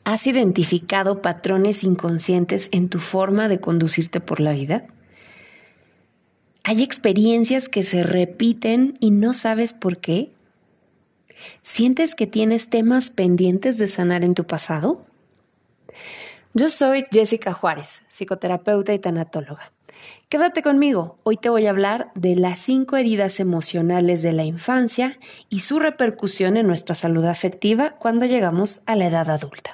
¿Has identificado patrones inconscientes en tu forma de conducirte por la vida? ¿Hay experiencias que se repiten y no sabes por qué? ¿Sientes que tienes temas pendientes de sanar en tu pasado? Yo soy Jessica Juárez, psicoterapeuta y tanatóloga. Quédate conmigo, hoy te voy a hablar de las 5 heridas emocionales de la infancia y su repercusión en nuestra salud afectiva cuando llegamos a la edad adulta.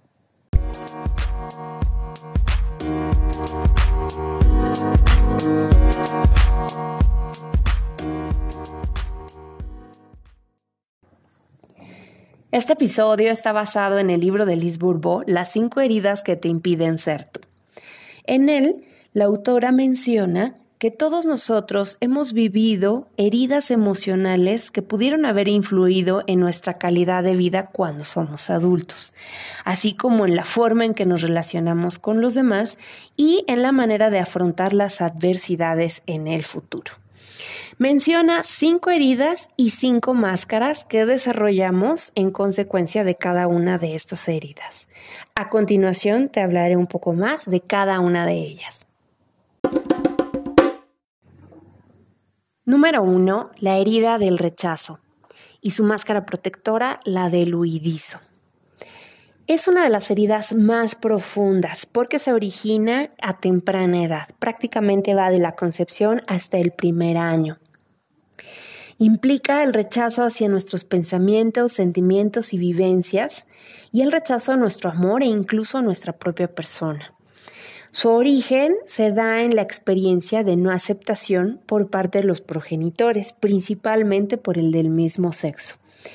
Este episodio está basado en el libro de Liz Bourbeau, Las 5 heridas que te impiden ser tú. En él, la autora menciona que todos nosotros hemos vivido heridas emocionales que pudieron haber influido en nuestra calidad de vida cuando somos adultos, así como en la forma en que nos relacionamos con los demás y en la manera de afrontar las adversidades en el futuro. Menciona 5 heridas y 5 máscaras que desarrollamos en consecuencia de cada una de estas heridas. A continuación te hablaré un poco más de cada una de ellas. Número 1. La herida del rechazo y su máscara protectora, la del huidizo. Es una de las heridas más profundas porque se origina a temprana edad. Prácticamente va de la concepción hasta el primer año. Implica el rechazo hacia nuestros pensamientos, sentimientos y vivencias y el rechazo a nuestro amor e incluso a nuestra propia persona. Su origen se da en la experiencia de no aceptación por parte de los progenitores, principalmente por el del mismo sexo.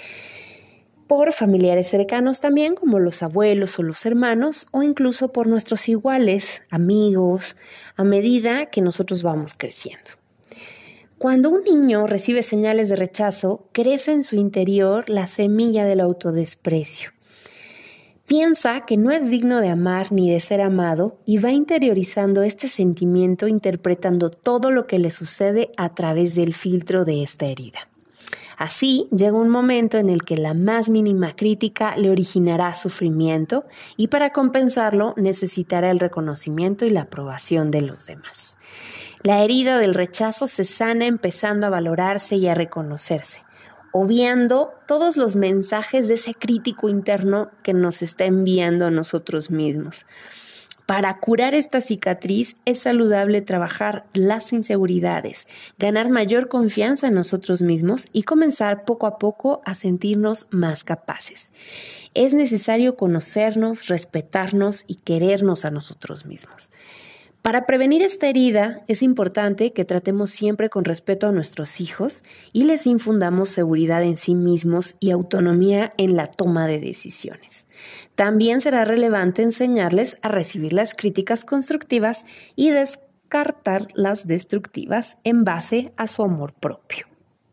Por familiares cercanos también, como los abuelos o los hermanos, o incluso por nuestros iguales, amigos, a medida que nosotros vamos creciendo. Cuando un niño recibe señales de rechazo, crece en su interior la semilla del autodesprecio. Piensa que no es digno de amar ni de ser amado y va interiorizando este sentimiento interpretando todo lo que le sucede a través del filtro de esta herida. Así, llega un momento en el que la más mínima crítica le originará sufrimiento y para compensarlo necesitará el reconocimiento y la aprobación de los demás. La herida del rechazo se sana empezando a valorarse y a reconocerse, obviando todos los mensajes de ese crítico interno que nos está enviando a nosotros mismos. Para curar esta cicatriz es saludable trabajar las inseguridades, ganar mayor confianza en nosotros mismos y comenzar poco a poco a sentirnos más capaces. Es necesario conocernos, respetarnos y querernos a nosotros mismos. Para prevenir esta herida es importante que tratemos siempre con respeto a nuestros hijos y les infundamos seguridad en sí mismos y autonomía en la toma de decisiones. También será relevante enseñarles a recibir las críticas constructivas y descartar las destructivas en base a su amor propio.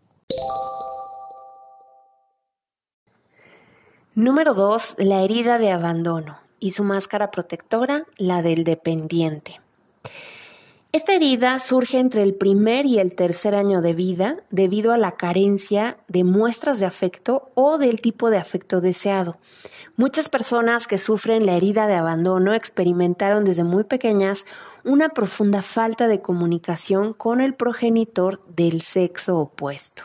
Número 2. La herida de abandono y su máscara protectora, la del dependiente. Esta herida surge entre el primer y el tercer año de vida debido a la carencia de muestras de afecto o del tipo de afecto deseado. Muchas personas que sufren la herida de abandono experimentaron desde muy pequeñas una profunda falta de comunicación con el progenitor del sexo opuesto.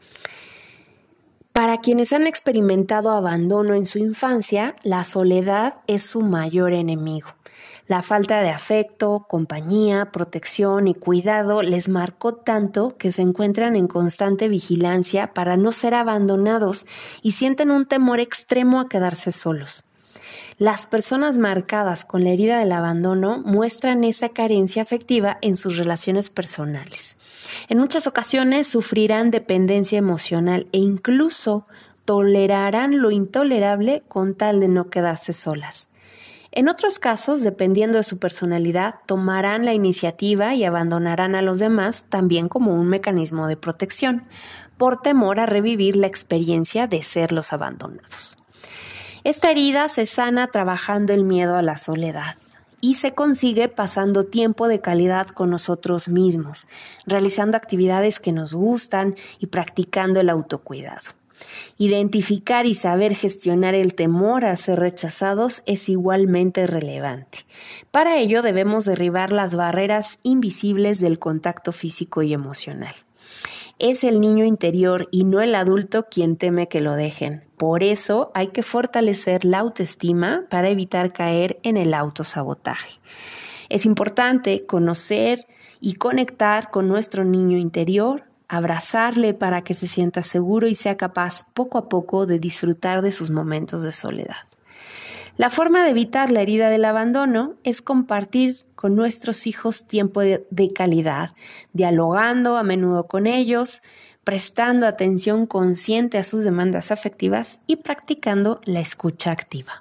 Para quienes han experimentado abandono en su infancia, la soledad es su mayor enemigo. La falta de afecto, compañía, protección y cuidado les marcó tanto que se encuentran en constante vigilancia para no ser abandonados y sienten un temor extremo a quedarse solos. Las personas marcadas con la herida del abandono muestran esa carencia afectiva en sus relaciones personales. En muchas ocasiones sufrirán dependencia emocional e incluso tolerarán lo intolerable con tal de no quedarse solas. En otros casos, dependiendo de su personalidad, tomarán la iniciativa y abandonarán a los demás también como un mecanismo de protección, por temor a revivir la experiencia de ser los abandonados. Esta herida se sana trabajando el miedo a la soledad y se consigue pasando tiempo de calidad con nosotros mismos, realizando actividades que nos gustan y practicando el autocuidado. Identificar y saber gestionar el temor a ser rechazados es igualmente relevante. Para ello debemos derribar las barreras invisibles del contacto físico y emocional. Es el niño interior y no el adulto quien teme que lo dejen. Por eso hay que fortalecer la autoestima para evitar caer en el autosabotaje. Es importante conocer y conectar con nuestro niño interior, abrazarle para que se sienta seguro y sea capaz poco a poco de disfrutar de sus momentos de soledad. La forma de evitar la herida del abandono es compartir con nuestros hijos tiempo de calidad, dialogando a menudo con ellos, prestando atención consciente a sus demandas afectivas y practicando la escucha activa.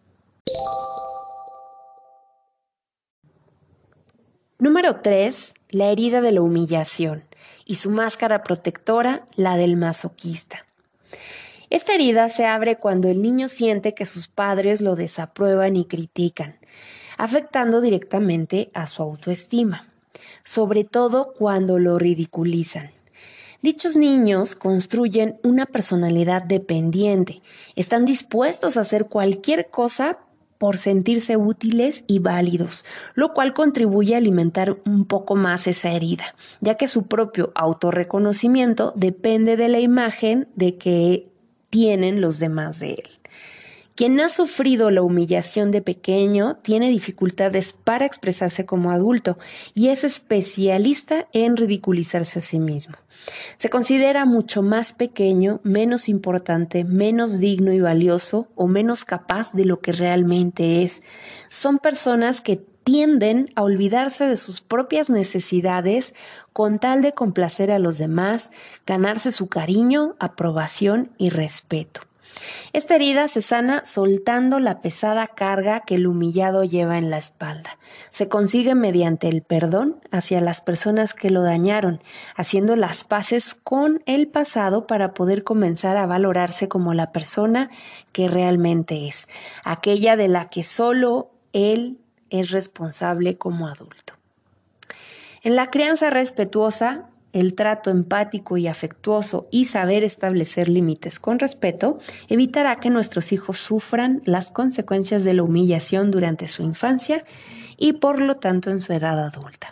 Número 3. La herida de la humillación y su máscara protectora, la del masoquista. Esta herida se abre cuando el niño siente que sus padres lo desaprueban y critican, afectando directamente a su autoestima, sobre todo cuando lo ridiculizan. Dichos niños construyen una personalidad dependiente, están dispuestos a hacer cualquier cosa por sentirse útiles y válidos, lo cual contribuye a alimentar un poco más esa herida, ya que su propio autorreconocimiento depende de la imagen de que tienen los demás de él. Quien ha sufrido la humillación de pequeño tiene dificultades para expresarse como adulto y es especialista en ridiculizarse a sí mismo. Se considera mucho más pequeño, menos importante, menos digno y valioso o menos capaz de lo que realmente es. Son personas que tienden a olvidarse de sus propias necesidades con tal de complacer a los demás, ganarse su cariño, aprobación y respeto. Esta herida se sana soltando la pesada carga que el humillado lleva en la espalda. Se consigue mediante el perdón hacia las personas que lo dañaron, haciendo las paces con el pasado para poder comenzar a valorarse como la persona que realmente es, aquella de la que solo él es responsable como adulto. En la crianza respetuosa, el trato empático y afectuoso y saber establecer límites con respeto evitará que nuestros hijos sufran las consecuencias de la humillación durante su infancia y por lo tanto en su edad adulta.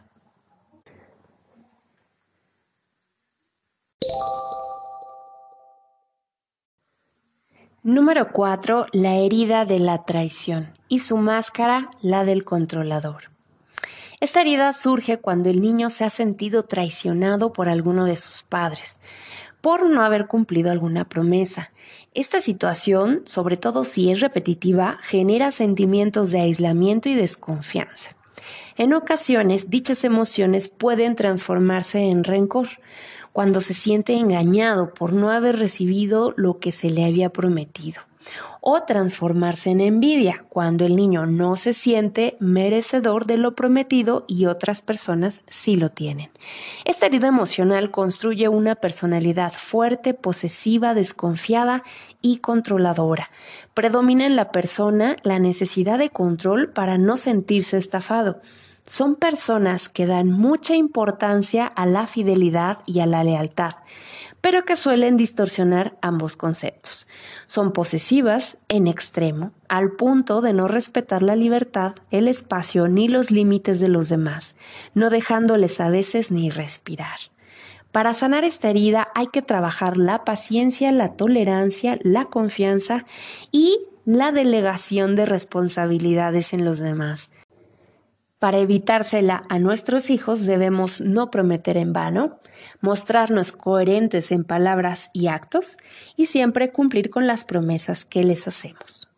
Número 4. La herida de la traición y su máscara, la del controlador. Esta herida surge cuando el niño se ha sentido traicionado por alguno de sus padres, por no haber cumplido alguna promesa. Esta situación, sobre todo si es repetitiva, genera sentimientos de aislamiento y desconfianza. En ocasiones, dichas emociones pueden transformarse en rencor, cuando se siente engañado por no haber recibido lo que se le había prometido. O transformarse en envidia, cuando el niño no se siente merecedor de lo prometido y otras personas sí lo tienen. Esta herida emocional construye una personalidad fuerte, posesiva, desconfiada y controladora. Predomina en la persona la necesidad de control para no sentirse estafado. Son personas que dan mucha importancia a la fidelidad y a la lealtad, pero que suelen distorsionar ambos conceptos. Son posesivas en extremo, al punto de no respetar la libertad, el espacio ni los límites de los demás, no dejándoles a veces ni respirar. Para sanar esta herida hay que trabajar la paciencia, la tolerancia, la confianza y la delegación de responsabilidades en los demás. Para evitársela a nuestros hijos debemos no prometer en vano, mostrarnos coherentes en palabras y actos y siempre cumplir con las promesas que les hacemos.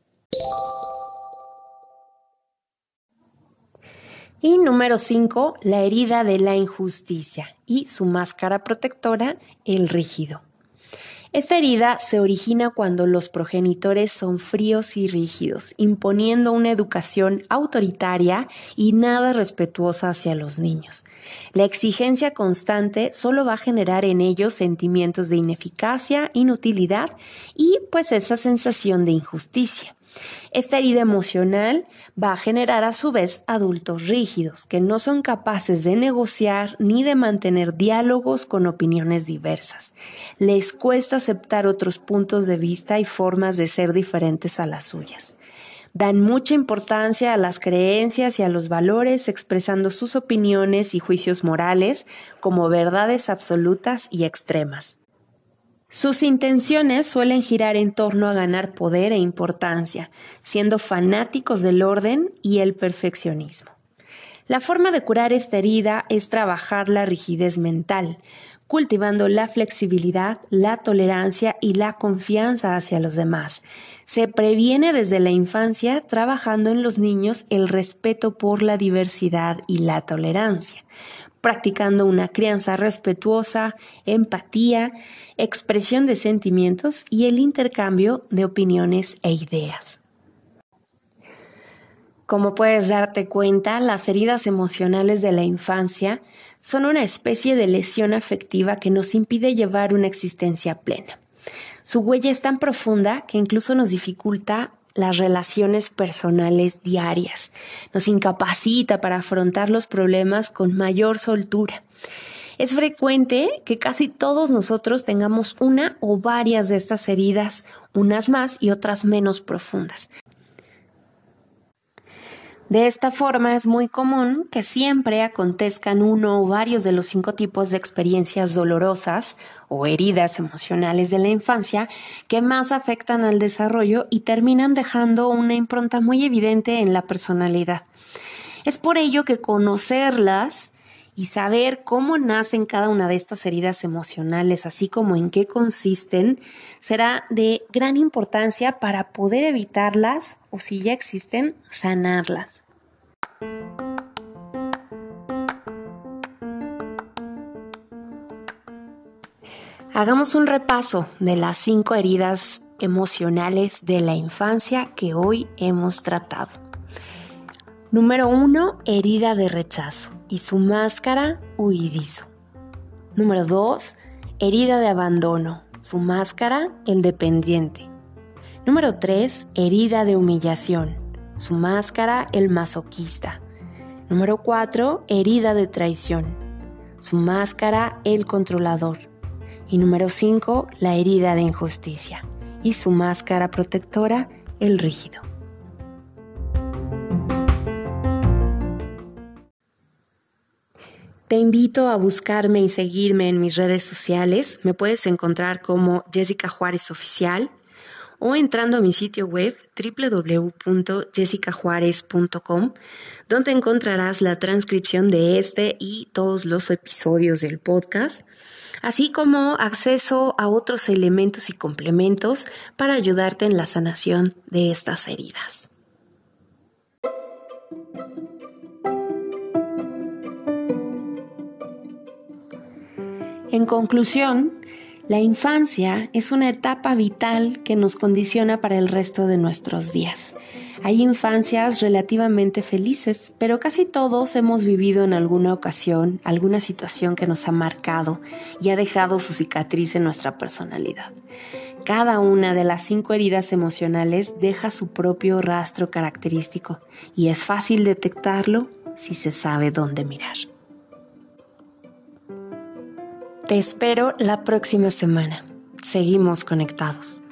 Y número 5, la herida de la injusticia y su máscara protectora, el rígido. Esta herida se origina cuando los progenitores son fríos y rígidos, imponiendo una educación autoritaria y nada respetuosa hacia los niños. La exigencia constante solo va a generar en ellos sentimientos de ineficacia, inutilidad y pues esa sensación de injusticia. Esta herida emocional va a generar a su vez adultos rígidos que no son capaces de negociar ni de mantener diálogos con opiniones diversas. Les cuesta aceptar otros puntos de vista y formas de ser diferentes a las suyas. Dan mucha importancia a las creencias y a los valores, expresando sus opiniones y juicios morales como verdades absolutas y extremas. Sus intenciones suelen girar en torno a ganar poder e importancia, siendo fanáticos del orden y el perfeccionismo. La forma de curar esta herida es trabajar la rigidez mental, cultivando la flexibilidad, la tolerancia y la confianza hacia los demás. Se previene desde la infancia trabajando en los niños el respeto por la diversidad y la tolerancia, practicando una crianza respetuosa, empatía, expresión de sentimientos y el intercambio de opiniones e ideas. Como puedes darte cuenta, las heridas emocionales de la infancia son una especie de lesión afectiva que nos impide llevar una existencia plena. Su huella es tan profunda que incluso nos dificulta las relaciones personales diarias, nos incapacita para afrontar los problemas con mayor soltura. Es frecuente que casi todos nosotros tengamos una o varias de estas heridas, unas más y otras menos profundas. De esta forma es muy común que siempre acontezcan uno o varios de los 5 tipos de experiencias dolorosas o heridas emocionales de la infancia que más afectan al desarrollo y terminan dejando una impronta muy evidente en la personalidad. Es por ello que conocerlas y saber cómo nacen cada una de estas heridas emocionales, así como en qué consisten, será de gran importancia para poder evitarlas o, si ya existen, sanarlas. Hagamos un repaso de las 5 heridas emocionales de la infancia que hoy hemos tratado. Número 1, herida de rechazo y su máscara, huidizo. Número 2, herida de abandono, su máscara, el dependiente. Número 3, herida de humillación, su máscara, el masoquista. Número 4, herida de traición, su máscara, el controlador. Y número 5, la herida de injusticia y su máscara protectora, el rígido. Te invito a buscarme y seguirme en mis redes sociales. Me puedes encontrar como Jessica Juárez Oficial o entrando a mi sitio web www.jessicajuarez.com, donde encontrarás la transcripción de este y todos los episodios del podcast, así como acceso a otros elementos y complementos para ayudarte en la sanación de estas heridas. En conclusión, la infancia es una etapa vital que nos condiciona para el resto de nuestros días. Hay infancias relativamente felices, pero casi todos hemos vivido en alguna ocasión alguna situación que nos ha marcado y ha dejado su cicatriz en nuestra personalidad. Cada una de las 5 heridas emocionales deja su propio rastro característico y es fácil detectarlo si se sabe dónde mirar. Te espero la próxima semana. Seguimos conectados.